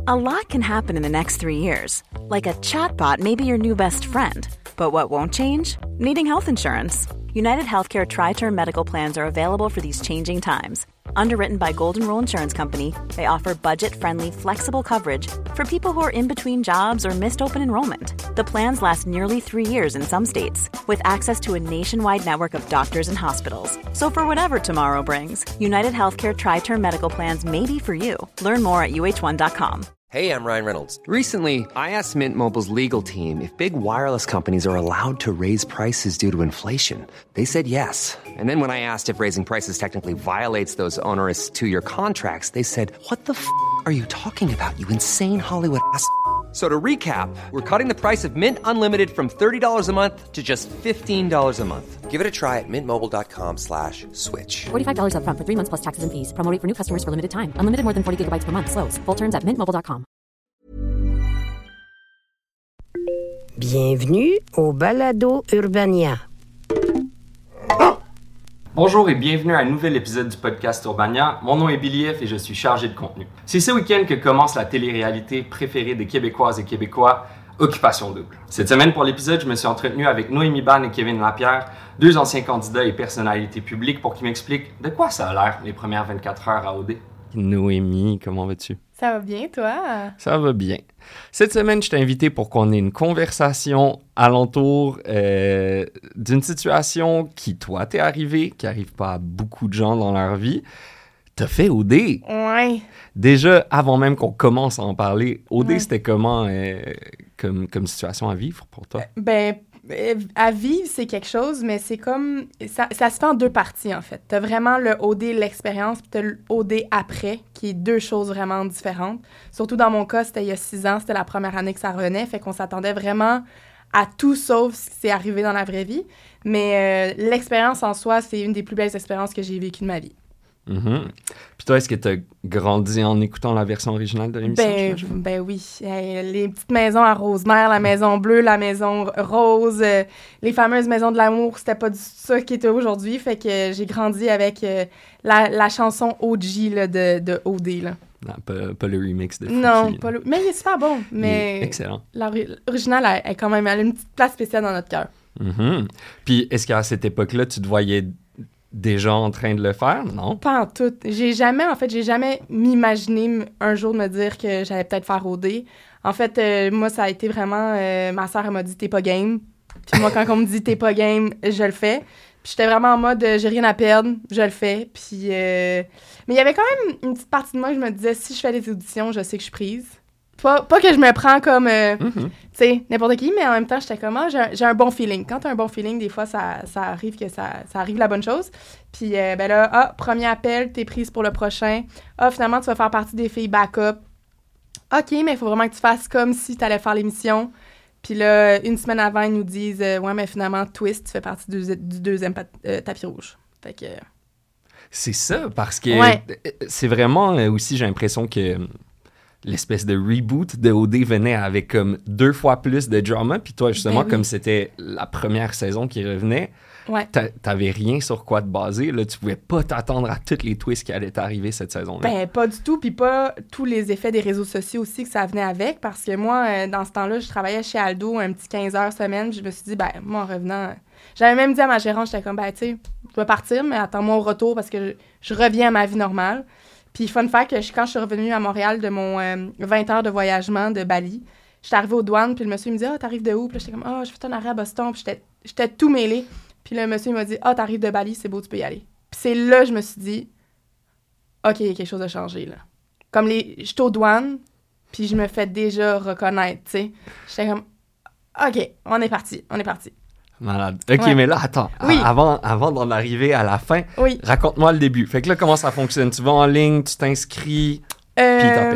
A lot can happen in the next 3 years. Like a chatbot may be your new best friend. But what won't change? Needing health insurance. United Healthcare Tri-Term Medical Plans are available for these changing times. Underwritten by Golden Rule Insurance Company, they offer budget-friendly, flexible coverage for people who are in between jobs or missed open enrollment. The plans last nearly 3 years in some states, with access to a nationwide network of doctors and hospitals. So for whatever tomorrow brings, United Healthcare Tri-Term Medical Plans may be for you. Learn more at uh1.com. Hey, I'm Ryan Reynolds. Recently, I asked Mint Mobile's legal team if big wireless companies are allowed to raise prices due to inflation. They said yes. And then when I asked if raising prices technically violates those onerous 2-year contracts, they said, "What the f*** are you talking about, you insane Hollywood ass?" So to recap, we're cutting the price of Mint Unlimited from $30 a month to just $15 a month. Give it a try at mintmobile.com/switch. $45 up front for 3 months plus taxes and fees. Promo rate for new customers for limited time. Unlimited more than 40 gigabytes per month. Slows full terms at mintmobile.com. Bienvenue au Balado Urbania. Bonjour et bienvenue à un nouvel épisode du podcast Urbania. Mon nom est Billy F et je suis chargé de contenu. C'est ce week-end que commence la télé-réalité préférée des Québécoises et Québécois, Occupation Double. Cette semaine, pour l'épisode, je me suis entretenu avec Noémie Banne et Kevin Lapierre, deux anciens candidats et personnalités publiques, pour qu'ils m'expliquent de quoi ça a l'air les premières 24 heures à OD. Noémie, comment vas-tu? Ça va bien, toi? Ça va bien. Cette semaine, je t'ai invité pour qu'on ait une conversation alentour d'une situation qui, toi, t'est arrivée, qui n'arrive pas à beaucoup de gens dans leur vie. T'as fait OD. Ouais. Déjà, avant même qu'on commence à en parler, OD, c'était comment comme situation à vivre pour toi? À vivre, c'est quelque chose, mais c'est comme... Ça se fait en deux parties, en fait. T'as vraiment le OD, l'expérience, puis t'as le OD après, qui est deux choses vraiment différentes. Surtout dans mon cas, c'était il y a 6 ans, c'était la première année que ça revenait, fait qu'on s'attendait vraiment à tout sauf ce qui s'est arrivé dans la vraie vie. Mais l'expérience en soi, c'est une des plus belles expériences que j'ai vécues de ma vie. Mm-hmm. Puis toi, est-ce que tu as grandi en écoutant la version originale de l'émission? Ben oui. Les petites maisons à Rosemère, la maison bleue, la maison rose, les fameuses maisons de l'amour, c'était pas du tout ça qui était aujourd'hui. Fait que j'ai grandi avec la chanson OG là, de OD. Là. Non, pas le remix de Fouki. Non, pas le... Mais il est super bon. Mais excellent. L'original, elle, quand même, elle a une petite place spéciale dans notre cœur. Mm-hmm. Puis est-ce qu'à cette époque-là, tu te voyais déjà en train de le faire, non? Pas en tout. J'ai jamais m'imaginé un jour me dire que j'allais peut-être faire OD. En fait, moi, ça a été vraiment... ma sœur, elle m'a dit « t'es pas game ». Puis moi, quand on me dit « t'es pas game », je le fais. Puis j'étais vraiment en mode « j'ai rien à perdre », je le fais. Puis... Mais il y avait quand même une petite partie de moi que je me disais « si je fais des auditions, je sais que je suis prise ». Pas que je me prends comme, tu sais, n'importe qui, mais en même temps, j'étais comme, j'ai un bon feeling. Quand t'as un bon feeling, des fois, ça arrive que ça arrive la bonne chose. Puis, ben là, premier appel, t'es prise pour le prochain. Finalement, tu vas faire partie des filles backup. OK, mais il faut vraiment que tu fasses comme si t'allais faire l'émission. Puis là, une semaine avant, ils nous disent, ouais, mais finalement, twist, tu fais partie du deuxième tapis rouge. Fait que... C'est ça, parce que c'est vraiment aussi, j'ai l'impression que... l'espèce de reboot de OD venait avec comme 2 fois plus de drama. Puis toi, justement, comme c'était la première saison qui revenait, t'avais rien sur quoi te baser. Là, tu pouvais pas t'attendre à tous les twists qui allaient t'arriver cette saison-là. Ben, pas du tout. Puis pas tous les effets des réseaux sociaux aussi que ça venait avec. Parce que moi, dans ce temps-là, je travaillais chez Aldo un petit 15 heures semaine. Je me suis dit, moi, en revenant... J'avais même dit à ma gérante, j'étais comme, tu sais, je vais partir, mais attends-moi au retour parce que je reviens à ma vie normale. Puis, fun fact, quand je suis revenue à Montréal de mon 20 heures de voyagement de Bali, j'étais arrivée aux douanes, puis le monsieur me dit « t'arrives de où? » Puis là, j'étais comme « je fais un arrêt à Boston. » Puis j'étais tout mêlée. Puis le monsieur, il m'a dit « t'arrives de Bali, c'est beau, tu peux y aller. » Puis c'est là que je me suis dit « OK, il y a quelque chose à changer, là. » Comme j'étais aux douanes, puis je me fais déjà reconnaître, tu sais. J'étais comme « OK, on est parti. » Malade. OK, mais là, attends. Oui. Avant d'en arriver à la fin, raconte-moi le début. Fait que là, comment ça fonctionne? Tu vas en ligne, tu t'inscris, puis t'appelles.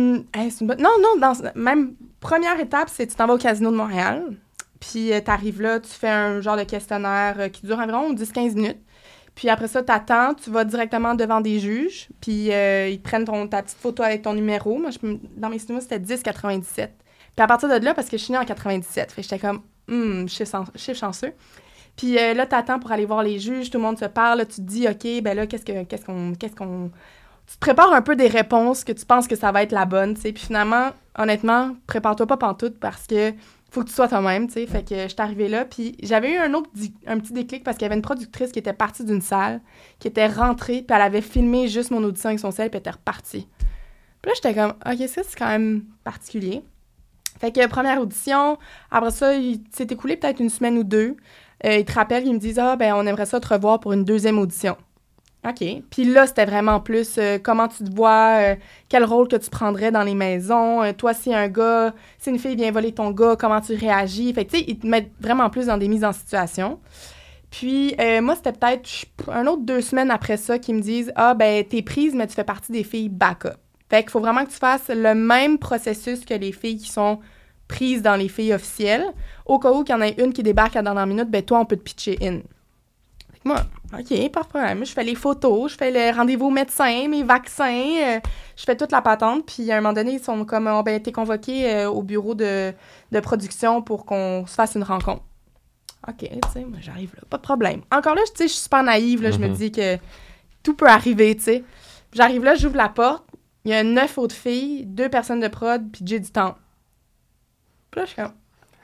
Non, même première étape, c'est tu t'en vas au Casino de Montréal, puis t'arrives là, tu fais un genre de questionnaire qui dure environ 10-15 minutes. Puis après ça, t'attends, tu vas directement devant des juges, puis ils prennent ta petite photo avec ton numéro. Moi, dans mes signaux, c'était 10-97. Puis à partir de là, parce que je suis née en 97, fait que j'étais comme... chiffre chanceux. Puis là, t'attends pour aller voir les juges, tout le monde se parle, là, tu te dis, OK, ben là, qu'est-ce tu te prépares un peu des réponses que tu penses que ça va être la bonne, tu sais. Puis finalement, honnêtement, prépare-toi pas pantoute parce que faut que tu sois toi-même, tu sais. Fait que je suis arrivée là, puis j'avais eu un petit déclic parce qu'il y avait une productrice qui était partie d'une salle, qui était rentrée, puis elle avait filmé juste mon audition avec son cell, puis elle était repartie. Puis là, j'étais comme, OK, ça, c'est quand même particulier. Fait que première audition, après ça, il s'est écoulé peut-être une semaine ou deux. Ils te rappellent, ils me disent, on aimerait ça te revoir pour une deuxième audition. OK. Puis là, c'était vraiment plus comment tu te vois, quel rôle que tu prendrais dans les maisons. Toi, si une fille vient voler ton gars, comment tu réagis. Fait que, tu sais, ils te mettent vraiment plus dans des mises en situation. Puis, moi, c'était peut-être un autre 2 semaines après ça qu'ils me disent, t'es prise, mais tu fais partie des filles backup. Fait qu'il faut vraiment que tu fasses le même processus que les filles qui sont prises dans les filles officielles. Au cas où il y en a une qui débarque à la dernière minute, toi, on peut te pitcher in. Fait que moi, OK, pas de problème. Je fais les photos, je fais le rendez-vous au médecin, mes vaccins, je fais toute la patente. Puis à un moment donné, ils sont comme, t'es convoqué au bureau de production pour qu'on se fasse une rencontre. OK, tu sais, moi, j'arrive là, pas de problème. Encore là, tu sais, je suis super naïve, là, je me dis que tout peut arriver, tu sais. J'arrive là, j'ouvre la porte, il y a 9 autres filles, 2 personnes de prod, puis j'ai du temps. Puis là, je suis comme,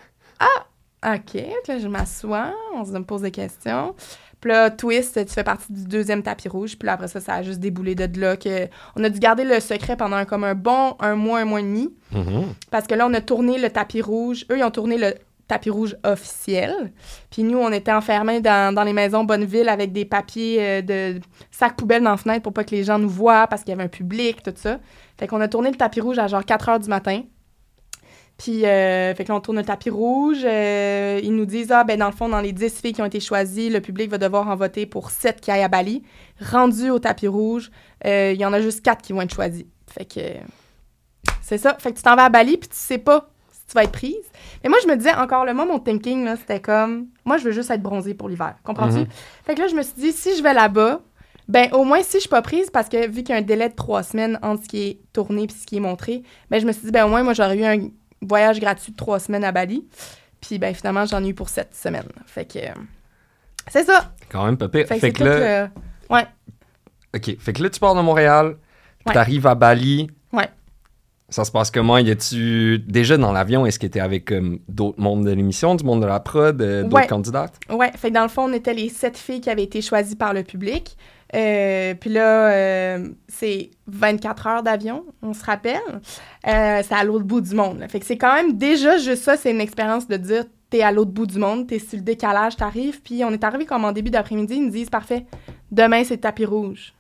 OK, là, je m'assois, on se me pose des questions. Puis là, twist, tu fais partie du 2e tapis rouge. Puis là, après ça, ça a juste déboulé de là. On a dû garder le secret pendant un bon 1 mois et demi. Parce que là, on a tourné le tapis rouge. Eux, ils ont tourné le tapis rouge officiel. Puis nous, on était enfermés dans les maisons Bonneville avec des papiers de sacs poubelles dans la fenêtre pour pas que les gens nous voient parce qu'il y avait un public, tout ça. Fait qu'on a tourné le tapis rouge à genre 4 heures du matin. Puis, fait que là, on tourne le tapis rouge. Ils nous disent, dans le fond, dans les 10 filles qui ont été choisies, le public va devoir en voter pour 7 qui aillent à Bali. Rendu au tapis rouge, il y en a juste 4 qui vont être choisis. Fait que c'est ça. Fait que tu t'en vas à Bali, puis tu sais pas si tu vas être prise. Mais moi, je me disais, encore le mon thinking, là, c'était comme, moi, je veux juste être bronzée pour l'hiver. Comprends-tu? Fait que là, je me suis dit, si je vais là-bas, au moins, si je suis pas prise, parce que vu qu'il y a un délai de 3 semaines entre ce qui est tourné et ce qui est montré, je me suis dit, au moins, moi, j'aurais eu un voyage gratuit de 3 semaines à Bali. Puis, finalement, j'en ai eu pour 7 semaines. Fait que c'est ça. Quand même pas pire. Fait que là... ouais. OK. Fait que là, tu pars de Montréal, t'arrives à Bali. Ouais. Ça se passe comment? Y a-tu... Déjà, dans l'avion, est-ce que t'es avec d'autres mondes de l'émission, du monde de la prod, d'autres candidates? Ouais. Fait que dans le fond, on était les 7 filles qui avaient été choisies par le public. Puis là, c'est 24 heures d'avion, on se rappelle. C'est à l'autre bout du monde. Là. Fait que c'est quand même, déjà, juste ça, c'est une expérience de dire, t'es à l'autre bout du monde, t'es sur le décalage, t'arrives. Puis on est arrivé comme en début d'après-midi, ils nous disent, parfait, demain, c'est le tapis rouge.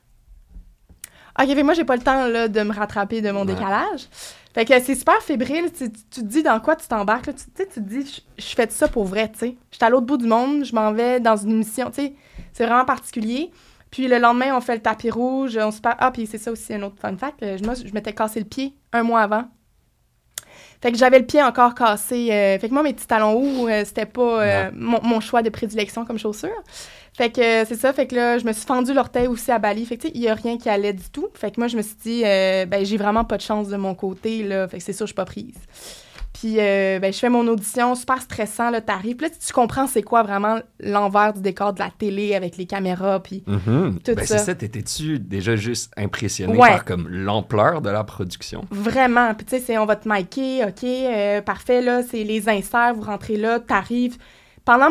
OK, fait que moi, j'ai pas le temps là, de me rattraper de mon décalage. Fait que c'est super fébrile. Tu te dis dans quoi tu t'embarques. Là, tu te dis, je fais ça pour vrai, tu sais. Je suis à l'autre bout du monde, je m'en vais dans une mission, tu sais. C'est vraiment particulier. Puis le lendemain, on fait le tapis rouge. On se parle. Puis c'est ça aussi, un autre fun fact. Je m'étais cassé le pied 1 mois avant. Fait que j'avais le pied encore cassé. Fait que moi, mes petits talons hauts, c'était pas mon choix de prédilection comme chaussure. Fait que c'est ça. Fait que là, je me suis fendu l'orteil aussi à Bali. Fait que tu sais, il y a rien qui allait du tout. Fait que moi, je me suis dit, j'ai vraiment pas de chance de mon côté, là. Fait que c'est sûr, je suis pas prise. Puis, je fais mon audition, super stressant, là, t'arrives. Puis là, tu comprends c'est quoi vraiment l'envers du décor de la télé avec les caméras, puis tout ça. C'est ça, t'étais-tu déjà juste impressionné par comme l'ampleur de la production? Vraiment. Puis tu sais, on va te micer, OK, parfait, là, c'est les inserts, vous rentrez là, t'arrives. Pendant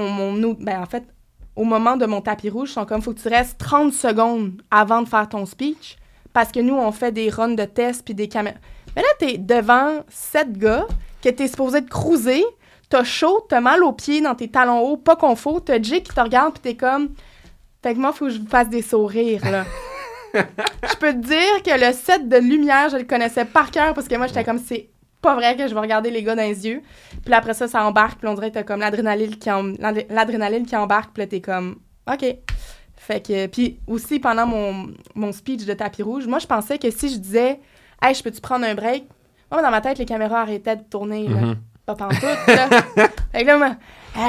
en fait, au moment de mon tapis rouge, ils sont comme, faut que tu restes 30 secondes avant de faire ton speech, parce que nous, on fait des runs de tests puis des caméras. Mais là, t'es devant 7 gars que t'es supposé te cruiser, t'as chaud, t'as mal aux pieds dans tes talons hauts, pas confort, t'as Jay qui te regarde pis t'es comme... Fait que moi, faut que je vous fasse des sourires, là. Je peux te dire que le set de lumière, je le connaissais par cœur parce que moi, j'étais comme, c'est pas vrai que je vais regarder les gars dans les yeux. Puis là, après ça embarque, puis on dirait que t'as comme l'adrénaline qui embarque, puis là, t'es comme, OK. Fait que... Puis aussi, pendant mon speech de tapis rouge, moi, je pensais que si je disais... Hey, je peux-tu prendre un break? Moi, dans ma tête, les caméras arrêtaient de tourner, là. Pas pantoute, là. Fait que là, moi,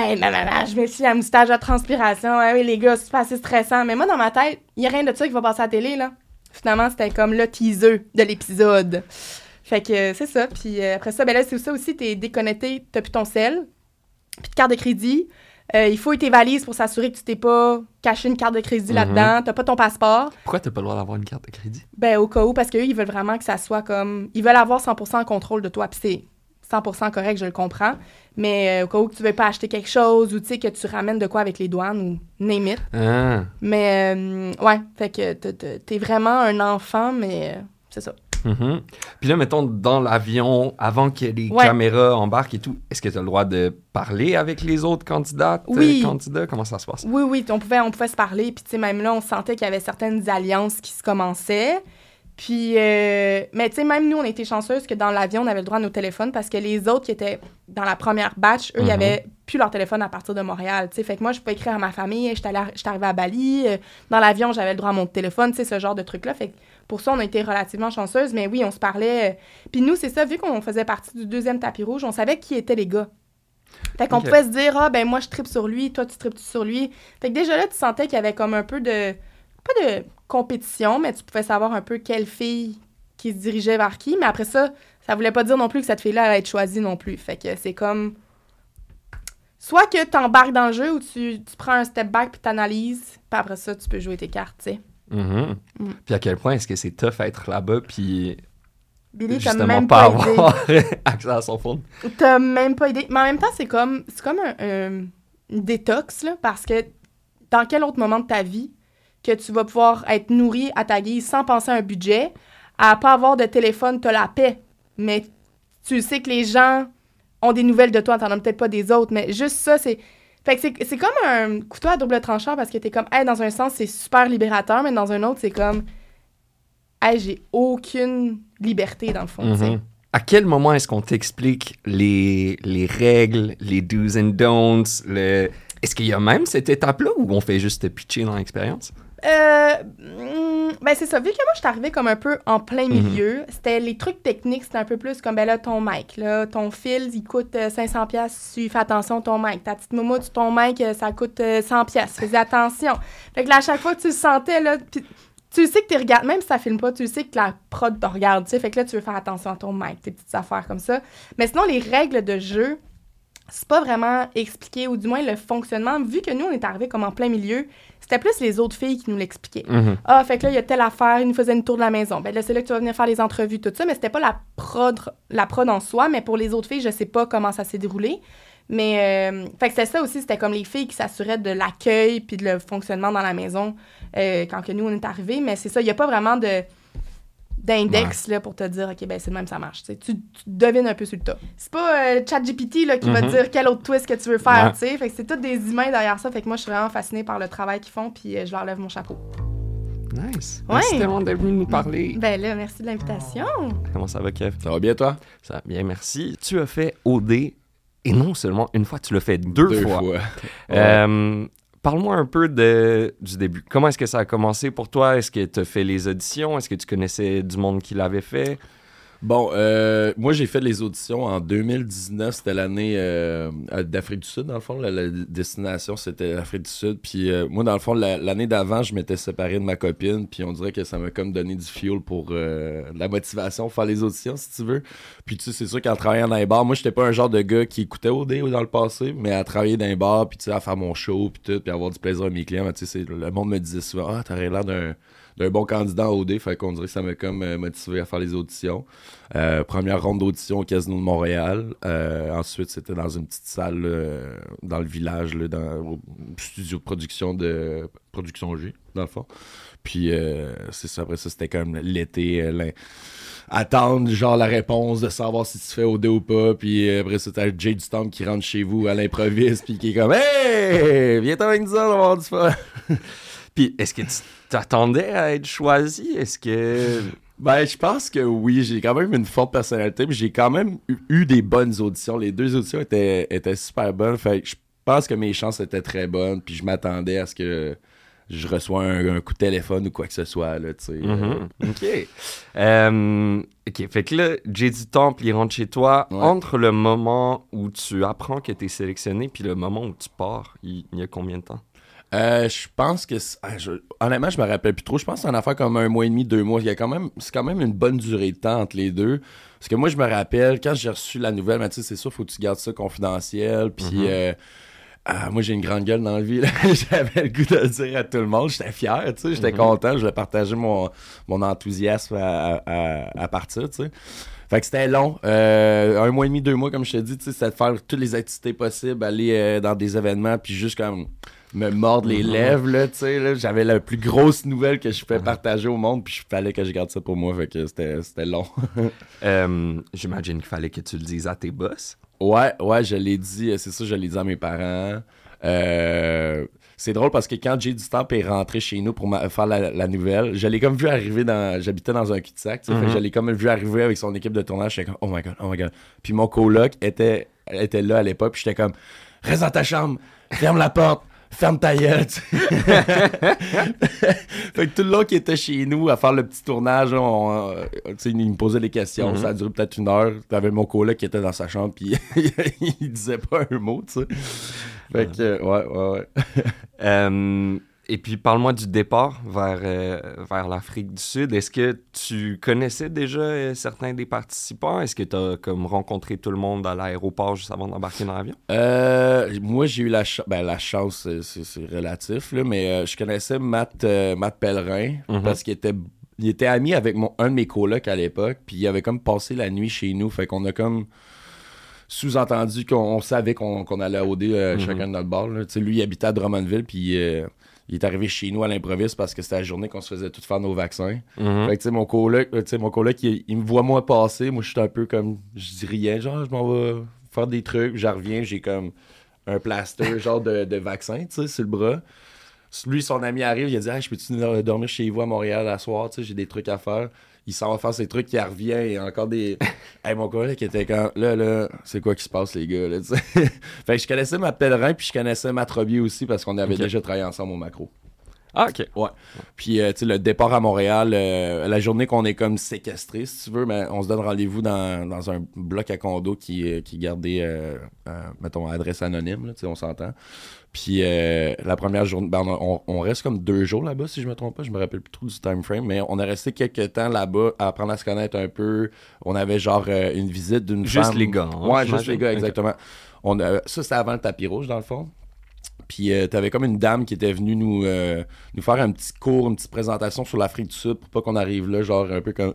je me suis la moustache à transpiration. Ah oui, les gars, c'est pas assez stressant. Mais moi, dans ma tête, il y a rien de ça qui va passer à la télé, là. Finalement, c'était comme le teaser de l'épisode. Fait que c'est ça. Puis après ça, là, c'est ça aussi, t'es déconnecté, t'as plus ton sel, plus de carte de crédit. Il faut tes valises pour s'assurer que tu t'es pas caché une carte de crédit là-dedans. T'as pas ton passeport. Pourquoi t'as pas le droit d'avoir une carte de crédit? Ben, au cas où, parce qu'eux, ils veulent vraiment que ça soit comme... Ils veulent avoir 100% contrôle de toi, puis c'est 100% correct, je le comprends. Mais au cas où que tu veux pas acheter quelque chose ou, tu sais, que tu ramènes de quoi avec les douanes ou name it. Ah. Mais, ouais, fait que t'es vraiment un enfant, mais c'est ça. Mm-hmm. Puis là, mettons, dans l'avion, avant que les caméras embarquent et tout, est-ce que tu as le droit de parler avec les autres candidats? Comment ça se passe? Oui, on pouvait se parler. Puis, tu sais, même là, on sentait qu'il y avait certaines alliances qui se commençaient. Puis, mais tu sais, même nous, on était chanceuses que dans l'avion, on avait le droit à nos téléphones parce que les autres qui étaient dans la première batch, eux, ils avaient plus leur téléphone à partir de Montréal, tu sais. Fait que moi, je pouvais écrire à ma famille, j'étais arrivée à Bali, dans l'avion, j'avais le droit à mon téléphone, tu sais, ce genre de truc-là. Fait que pour ça, on a été relativement chanceuses, mais oui, on se parlait. Puis nous, c'est ça, vu qu'on faisait partie du 2e tapis rouge, on savait qui étaient les gars. Fait qu'on pouvait se dire, ah, ben moi, je trippe sur lui, toi, tu tripes sur lui. Fait que déjà là, tu sentais qu'il y avait comme un peu de... Pas de compétition, mais tu pouvais savoir un peu quelle fille qui se dirigeait vers qui. Mais après ça, ça voulait pas dire non plus que cette fille-là allait être choisie non plus. Fait que c'est comme... Soit que t'embarques dans le jeu ou tu prends un step back puis t'analyses, puis après ça, tu peux jouer tes cartes, tu sais. Puis à quel point est-ce que c'est tough à être là-bas, puis Billy, justement t'as même pas pas avoir accès à son phone? T'as même pas idée. Mais en même temps, c'est comme une détox, là, parce que dans quel autre moment de ta vie que tu vas pouvoir être nourri à ta guise sans penser à un budget, à pas avoir de téléphone, t'as la paix. Mais tu sais que les gens ont des nouvelles de toi, t'en as peut-être pas des autres, mais juste ça, c'est... Fait que c'est comme un couteau à double tranchant parce que t'es comme, hey, dans un sens, c'est super libérateur, mais dans un autre, c'est comme, hey, j'ai aucune liberté, dans le fond, tu sais. À quel moment est-ce qu'on t'explique les règles, les do's and don'ts, Est-ce qu'il y a même cette étape-là où on fait juste te pitcher dans l'expérience? Ben c'est ça. Vu que moi, je suis arrivée comme un peu en plein milieu, c'était les trucs techniques, c'était un peu plus comme, ben là, ton mic, là, ton fil, il coûte 500$, tu fais attention ton mic. Ta petite moumoute, ton mic, ça coûte 100$, fais attention. Fait que là, à chaque fois que tu le sentais, là, pis tu sais que tu regardes, même si ça filme pas, tu sais que la prod te regarde, tu sais, fait que là, tu veux faire attention à ton mic, tes petites affaires comme ça. Mais sinon, les règles de jeu, c'est pas vraiment expliqué, ou du moins le fonctionnement. Vu que nous, on est arrivés comme en plein milieu, c'était plus les autres filles qui nous l'expliquaient. Ah, fait que là, il y a telle affaire, ils nous faisaient une tour de la maison. Ben là, c'est là que tu vas venir faire les entrevues, tout ça. Mais c'était pas la prod en soi, mais pour les autres filles, je sais pas comment ça s'est déroulé. Mais, fait que c'était ça aussi, c'était comme les filles qui s'assuraient de l'accueil puis de le fonctionnement dans la maison quand que nous, on est arrivés. Mais c'est ça, il y a pas vraiment d'index là, pour te dire, OK, ben c'est de même, ça marche. Tu devines un peu sur le tas. C'est pas ChatGPT là, qui va te dire quel autre twist que tu veux faire, tu sais. Fait que c'est tous des humains derrière ça. Fait que moi, je suis vraiment fascinée par le travail qu'ils font, puis je leur lève mon chapeau. Nice. Merci tellement d'être venu nous parler. Ben là, merci de l'invitation. Comment ça va, Kev? Ça va bien, toi? Ça va bien, merci. Tu as fait OD, et non seulement une fois, tu l'as fait deux fois. Parle-moi un peu du début. Comment est-ce que ça a commencé pour toi? Est-ce que tu as fait les auditions? Est-ce que tu connaissais du monde qui l'avait fait? Bon, moi, j'ai fait les auditions en 2019. C'était l'année d'Afrique du Sud, dans le fond. La destination, c'était l'Afrique du Sud. Puis moi, dans le fond, l'année d'avant, je m'étais séparé de ma copine. Puis on dirait que ça m'a comme donné du fuel pour la motivation pour faire les auditions, si tu veux. Puis tu sais, c'est sûr qu'en travaillant dans les bars, moi, j'étais pas un genre de gars qui écoutait OD dans le passé, mais à travailler dans les bars, puis tu sais, à faire mon show, puis tout, puis avoir du plaisir à mes clients. Tu sais, le monde me disait souvent, ah, t'aurais l'air d'un bon candidat en OD, fait qu'on dirait que ça m'a comme motivé à faire les auditions. Première ronde d'audition au Casino de Montréal. Ensuite, c'était dans une petite salle dans le village, là, au studio de Production G, dans le fond. Puis c'est ça, après ça, c'était comme l'été, attendre genre la réponse de savoir si tu fais OD ou pas. Puis après ça, t'as Jay du Storm qui rentre chez vous à l'improviste, puis qui est comme « Hey! Viens-t'en avec nous, on va avoir du fun! » Puis, est-ce que tu t'attendais à être choisi? Est-ce que... Ben, je pense que oui. J'ai quand même une forte personnalité. Puis j'ai quand même eu des bonnes auditions. Les 2 auditions étaient super bonnes. Fait que je pense que mes chances étaient très bonnes. Puis je m'attendais à ce que je reçois un coup de téléphone ou quoi que ce soit, là, tu sais. OK. Fait que là, Jay du Temple, il rentre chez toi. Ouais. Entre le moment où tu apprends que t'es sélectionné puis le moment où tu pars, il y a combien de temps? Je pense que... honnêtement, je me rappelle plus trop. Je pense que c'est une affaire comme 1 mois et demi, 2 mois. C'est quand même une bonne durée de temps entre les deux. Parce que moi, je me rappelle, quand j'ai reçu la nouvelle, mais tu sais, c'est sûr, faut que tu gardes ça confidentiel. Puis Moi, j'ai une grande gueule dans la vie. Là. J'avais le goût de le dire à tout le monde. J'étais fier, tu sais. J'étais content. Je voulais partager mon enthousiasme à partir, tu sais. Fait que c'était long. 1 mois et demi, 2 mois, comme je te dis, tu sais, c'était de faire toutes les activités possibles, aller dans des événements, puis juste comme me mordre les lèvres, là, tu sais. Là. J'avais la plus grosse nouvelle que je pouvais partager au monde, puis il fallait que je garde ça pour moi. Fait que c'était long. J'imagine qu'il fallait que tu le dises à tes boss. Ouais, je l'ai dit, c'est ça, je l'ai dit à mes parents. C'est drôle parce que quand Jay du Temple est rentré chez nous pour faire la nouvelle, je l'ai comme vu arriver j'habitais dans un cul-de-sac, fait que je l'ai comme vu arriver avec son équipe de tournage, j'étais comme oh my god. Puis mon coloc était là à l'époque, puis j'étais comme reste dans ta chambre, ferme la porte. Ferme ta gueule, tu sais. Fait que tout le long qu'il était chez nous à faire le petit tournage, il me posait des questions. Ça a duré peut-être 1 heure. T'avais mon coloc qui était dans sa chambre, puis il disait pas un mot, tu sais. Fait que, ouais. Et puis, parle-moi du départ vers l'Afrique du Sud. Est-ce que tu connaissais déjà certains des participants? Est-ce que tu as comme rencontré tout le monde à l'aéroport juste avant d'embarquer dans l'avion? Moi, j'ai eu la chance, c'est relatif, là, mais je connaissais Matt Pellerin parce qu'il était ami avec un de mes colocs à l'époque, puis il avait comme passé la nuit chez nous. Fait qu'on a comme sous-entendu qu'on savait qu'on allait à OD chacun de notre bar. Lui, il habitait à Drummondville, puis... il est arrivé chez nous à l'improviste parce que c'était la journée qu'on se faisait tout faire nos vaccins. Fait que, tu sais, mon coloc, il me voit moi passer. Moi, je suis un peu comme... Je dis rien. Genre, je m'en vais faire des trucs. Je reviens, j'ai comme un plaster, genre de vaccin, tu sais, sur le bras. Lui, son ami arrive, il a dit « Hey, je peux-tu dormir chez vous à Montréal à soir? Tu sais, j'ai des trucs à faire. » Il s'en va faire ses trucs, il revient, il y a encore des... Hey, mon coloc qui était quand... Là, c'est quoi qui se passe, les gars, là, tu sais? Fait que je connaissais Matt Pellerin, puis je connaissais Matt Robier aussi, parce qu'on avait déjà travaillé ensemble au macro. Ah, OK. Ouais. Puis, tu sais, le départ à Montréal, la journée qu'on est comme séquestré, si tu veux, mais on se donne rendez-vous dans un bloc à condo qui gardait, mettons, adresse anonyme, là, tu sais, on s'entend. Puis la première journée, on reste comme 2 jours là-bas, si je me trompe pas. Je me rappelle plus trop du time frame, mais on a resté quelques temps là-bas à apprendre à se connaître un peu. On avait genre une visite d'une femme. Juste les gars. Hein, ouais, juste les gars, exactement. Ça, c'était avant le tapis rouge, dans le fond. Puis t'avais comme une dame qui était venue nous faire un petit cours, une petite présentation sur l'Afrique du Sud pour pas qu'on arrive là, genre un peu comme...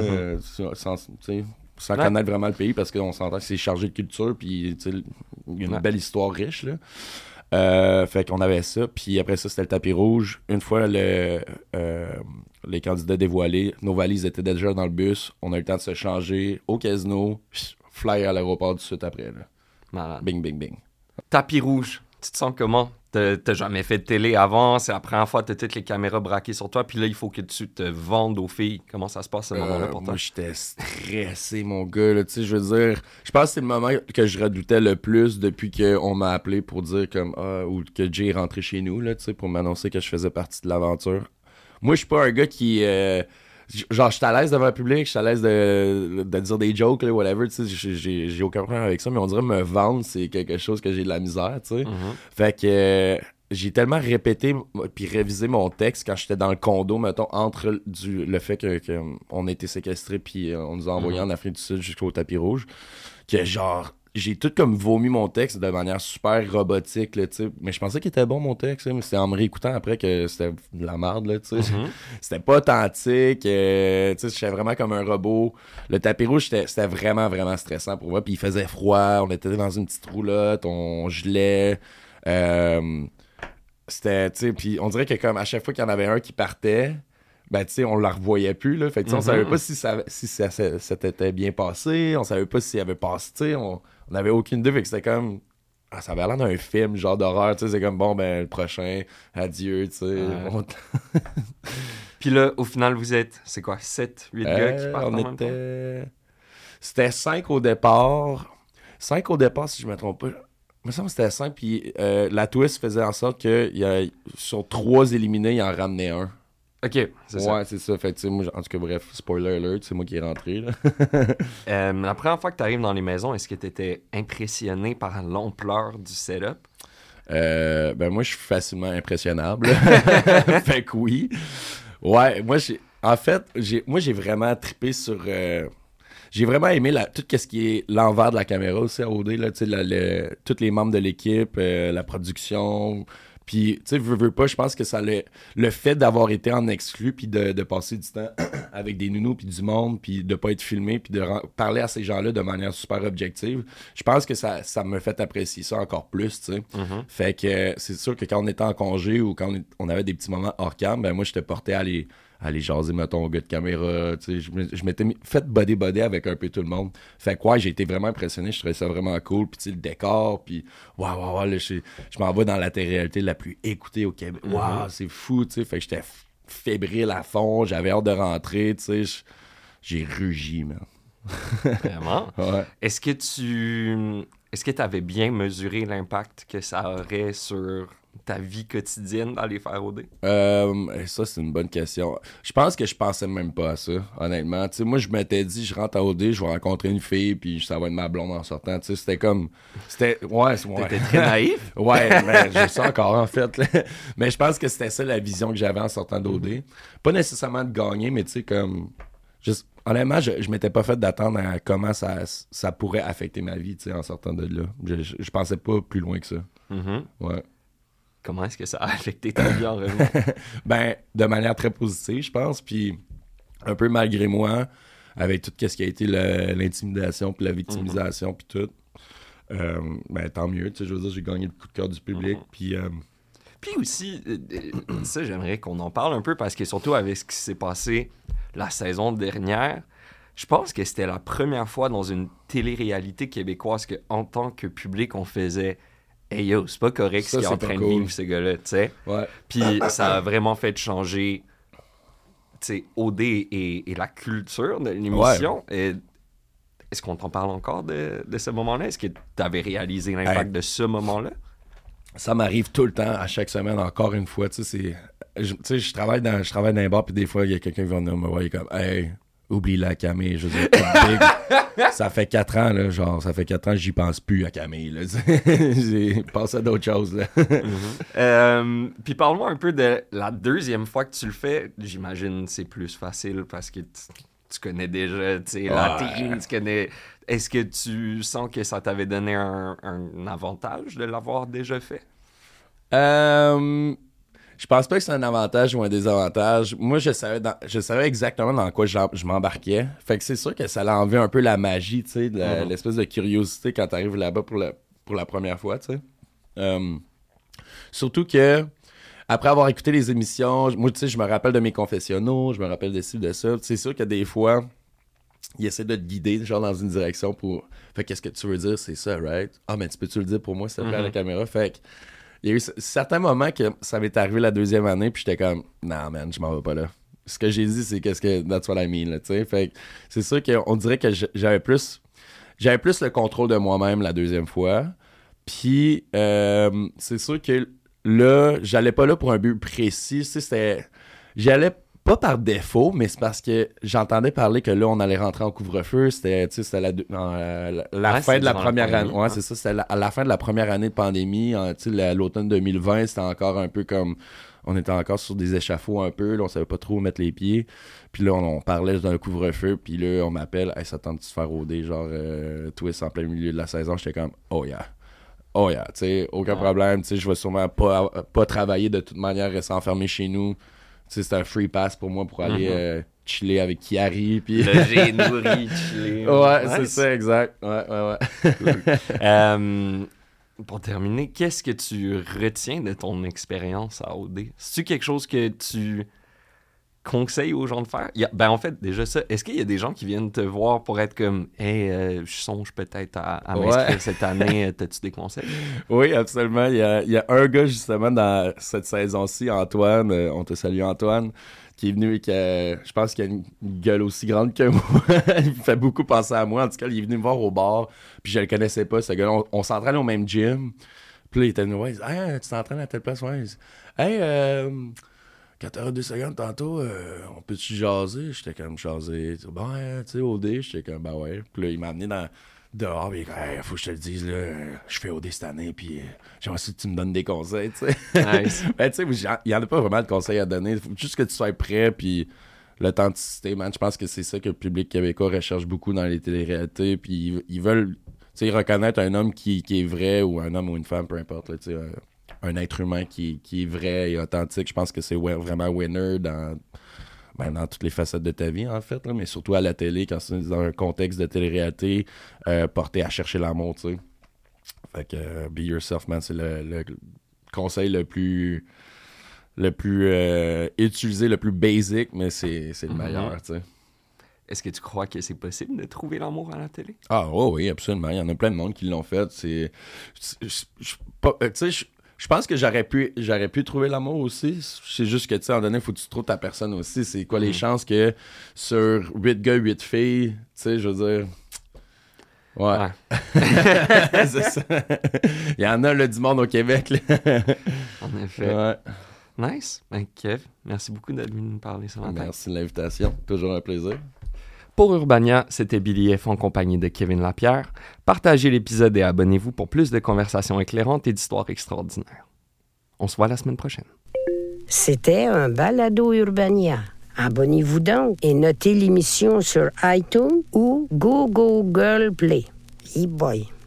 sans connaître vraiment le pays, parce qu'on s'entend que c'est chargé de culture, puis il y a une belle histoire riche, là. Fait qu'on avait ça, puis après ça c'était le tapis rouge. Une fois les candidats dévoilés, nos valises étaient déjà dans le bus, on a eu le temps de se changer au casino, fly à l'aéroport du Sud après là. Malade. Bing bing bing. Tapis rouge, tu te sens comment? T'as jamais fait de télé avant, c'est la première fois que t'as toutes les caméras braquées sur toi, puis là il faut que tu te vendes aux filles. Comment ça se passe ce moment-là pour toi? Moi j'étais stressé, mon gars, là, tu sais, je veux dire, je pense que c'est le moment que je redoutais le plus depuis qu'on m'a appelé pour dire comme ou que Jay est rentré chez nous, là, tu sais, pour m'annoncer que je faisais partie de l'aventure. Moi je suis pas un gars qui genre, je suis à l'aise devant le public, je suis à l'aise de dire des jokes, là, whatever, tu sais, j'ai aucun problème avec ça, mais on dirait me vendre, c'est quelque chose que j'ai de la misère, tu sais. Fait que j'ai tellement répété puis révisé mon texte quand j'étais dans le condo, mettons, entre le fait que on a été séquestrés puis on nous a envoyés en Afrique du Sud jusqu'au tapis rouge, que genre... J'ai tout comme vomi mon texte de manière super robotique, là, tu sais. Mais je pensais qu'il était bon, mon texte, mais c'était en me réécoutant après que c'était de la merde, là, tu sais. C'était pas authentique, tu sais, j'étais vraiment comme un robot. Le tapis rouge, c'était vraiment, vraiment stressant pour moi. Puis il faisait froid, on était dans une petite roulotte, on gelait. C'était, tu sais, puis on dirait que comme à chaque fois qu'il y en avait un qui partait... Ben, tu sais, on la revoyait plus, là. Fait que, on savait pas si ça s'était bien passé. On savait pas s'il avait passé, tu sais. On avait aucune idée. Fait que c'était comme... Ah, ça avait l'air d'un film, genre d'horreur, tu sais. C'est comme, bon, ben, le prochain, adieu, tu sais. Puis là, au final, vous êtes, c'est quoi, 7, 8 gars qui partent en même temps? C'était 5 au départ. 5 au départ, si je me trompe pas. Il me semble que c'était 5. Puis la twist faisait en sorte que sur 3 éliminés, il en ramenait un. OK, c'est ça. Ouais, c'est ça. Fait que, moi, en tout cas, bref, spoiler alert, c'est moi qui est rentré, là. La première fois que tu arrives dans les maisons, est-ce que tu étais impressionné par l'ampleur du setup? Ben, moi, je suis facilement impressionnable. Fait que oui. Ouais, moi, j'ai vraiment trippé sur... j'ai vraiment aimé tout ce qui est l'envers de la caméra aussi à OD, là, tu sais, tous les membres de l'équipe, la production. Puis, tu sais, veux pas, je pense que ça le fait d'avoir été en exclu, puis de passer du temps avec des nounous, puis du monde, puis de pas être filmé, puis de parler à ces gens-là de manière super objective, je pense que ça me fait apprécier ça encore plus, tu sais. Fait que c'est sûr que quand on était en congé ou quand on avait des petits moments hors cam, ben moi, j'étais porté à aller jaser, mettons, au gars de caméra, tu sais, je m'étais fait body avec un peu tout le monde. Fait que, ouais, j'ai été vraiment impressionné, je trouvais ça vraiment cool, puis tu sais, le décor, puis waouh, là, je m'en vais dans la télé-réalité la plus écoutée au Québec. Waouh, c'est fou, tu sais, fait que j'étais fébrile à fond, j'avais hâte de rentrer, tu sais, j'ai rugi, man. Vraiment? Ouais. Est-ce que tu avais bien mesuré l'impact que ça aurait sur ta vie quotidienne d'aller faire OD? Ça, c'est une bonne question. Je pense que je pensais même pas à ça, honnêtement. Tu sais, moi, je m'étais dit, je rentre à OD, je vais rencontrer une fille, puis ça va être ma blonde en sortant. Tu sais, c'était comme... Ouais. T'étais très naïf? Ouais, mais j'ai ça encore, en fait. Là. Mais je pense que c'était ça la vision que j'avais en sortant d'OD. Pas nécessairement de gagner, mais tu sais, comme... Honnêtement, je m'étais pas fait d'attendre à comment ça pourrait affecter ma vie, tu sais, en sortant de là. Je pensais pas plus loin que ça. Ouais. Comment est-ce que ça a affecté ta vie en revenant? Ben, de manière très positive, je pense. Puis, un peu malgré moi, avec tout ce qui a été l'intimidation, puis la victimisation, puis tout, ben, tant mieux. Tu sais, je veux dire, j'ai gagné le coup de cœur du public. Puis aussi, ça, j'aimerais qu'on en parle un peu parce que surtout avec ce qui s'est passé la saison dernière, je pense que c'était la première fois dans une télé-réalité québécoise qu'en tant que public, on faisait « Hey yo, c'est pas correct ce qu'il est en train de vivre, ce gars-là, tu sais. » Puis ça a vraiment fait changer, tu sais, OD et la culture de l'émission. Ouais. Est-ce qu'on t'en parle encore de ce moment-là? Est-ce que tu avais réalisé l'impact de ce moment-là? Ça m'arrive tout le temps, à chaque semaine, encore une fois. Tu sais, je travaille dans un bar, puis des fois, il y a quelqu'un qui va venir me voir, il est comme « Hey, oublie la Camille. » Je veux dire, ça fait 4 ans, là, genre, j'y pense plus à Camille. Là. J'ai pensé à d'autres choses. Là. Puis parle-moi un peu de la deuxième fois que tu le fais. J'imagine que c'est plus facile parce que tu connais déjà la team, tu connais... Est-ce que tu sens que ça t'avait donné un avantage de l'avoir déjà fait? Je pense pas que c'est un avantage ou un désavantage. Moi, je savais exactement dans quoi je m'embarquais. Fait que c'est sûr que ça a enlevé un peu la magie, tu sais, l'espèce de curiosité quand t'arrives là-bas pour la première fois, tu sais. Surtout que après avoir écouté les émissions, moi, tu sais, je me rappelle de mes confessionnaux, je me rappelle de ci, de ça. C'est sûr que des fois, il essaie de te guider, genre dans une direction pour... Fait qu'est-ce que tu veux dire, c'est ça, right? Ah, mais peux-tu le dire pour moi, s'il te plaît, à la caméra? Fait que il y a eu certains moments que ça m'est arrivé la deuxième année, puis j'étais comme, non, man, je m'en vais pas là. Ce que j'ai dit, c'est that's what I mean, là, tu sais. Fait que c'est sûr qu'on dirait que j'avais plus le contrôle de moi-même la deuxième fois. Puis, c'est sûr que là, j'allais pas là pour un but précis. Tu sais, j'allais pas par défaut, mais c'est parce que j'entendais parler que là, on allait rentrer en couvre-feu. C'était la fin de la première année. Ouais, c'est ça. C'était à la fin de la première année de pandémie. L'automne 2020, c'était encore un peu comme... On était encore sur des échafauds un peu. Là, on savait pas trop où mettre les pieds. Puis là, on parlait d'un couvre-feu. Puis là, on m'appelle. « Hey, ça tente de se faire OD, genre twist en plein milieu de la saison. » J'étais comme « Oh yeah. Oh yeah. » Tu sais, aucun problème. Tu sais, je vais sûrement pas travailler de toute manière, rester enfermé chez nous. Tu sais, c'est un free pass pour moi pour aller chiller avec Kiari. Puis... Loger, nourri, chiller. Ouais, nice. C'est ça, exact. Ouais. Pour terminer, qu'est-ce que tu retiens de ton expérience à OD? C'est-tu quelque chose que tu conseilles aux gens de faire? En fait, déjà ça, est-ce qu'il y a des gens qui viennent te voir pour être comme « Hey, je songe peut-être à m'inscrire cette année, t'as-tu des conseils? » Oui, absolument. Il y a un gars, justement, dans cette saison-ci, Antoine, on te salue Antoine, qui est venu et je pense qu'il a une gueule aussi grande que moi. Il me fait beaucoup penser à moi. En tout cas, il est venu me voir au bar, puis je le connaissais pas, ce gars-là. On s'entraîne au même gym. Puis là, il était venu, ouais, hey, tu t'entraînes à telle place, ouais. Hey, 4h02 secondes tantôt, on peut-tu jaser? J'étais comme jaser. Bon, tu sais, OD, j'étais comme, ben ouais. Puis là, il m'a amené dehors, puis hey, faut que je te le dise, là, je fais OD cette année, puis j'aimerais ça que tu me donnes des conseils, tu sais. Nice. Ben, tu sais, il n'y en a pas vraiment de conseils à donner. Faut juste que tu sois prêt, puis l'authenticité, man. Je pense que c'est ça que le public québécois recherche beaucoup dans les téléréalités. Puis ils veulent reconnaître un homme qui est vrai, ou un homme ou une femme, peu importe. Là, un être humain qui est vrai et authentique. Je pense que c'est vraiment winner dans toutes les facettes de ta vie, en fait. Là, mais surtout à la télé, quand c'est dans un contexte de télé-réalité porté à chercher l'amour, tu sais. Fait que be yourself, man. C'est le conseil le plus utilisé, le plus basic, mais c'est le meilleur, tu sais. Est-ce que tu crois que c'est possible de trouver l'amour à la télé? Ah oui, absolument. Il y en a plein de monde qui l'ont fait. Je pense que j'aurais pu trouver l'amour aussi. C'est juste que, tu sais, à un moment donné, il faut que tu trouves ta personne aussi. C'est quoi les chances que sur 8 gars, 8 filles, tu sais, je veux dire... Ouais. C'est ça. Il y en a, là, du monde au Québec, là. En effet. Ouais. Nice. Ben, Kev, merci beaucoup d'être venu nous parler ce matin. Merci de l'invitation. Toujours un plaisir. Pour Urbania, c'était Billy F en compagnie de Kevin Lapierre. Partagez l'épisode et abonnez-vous pour plus de conversations éclairantes et d'histoires extraordinaires. On se voit la semaine prochaine. C'était un balado Urbania. Abonnez-vous donc et notez l'émission sur iTunes ou Google Play. Boy.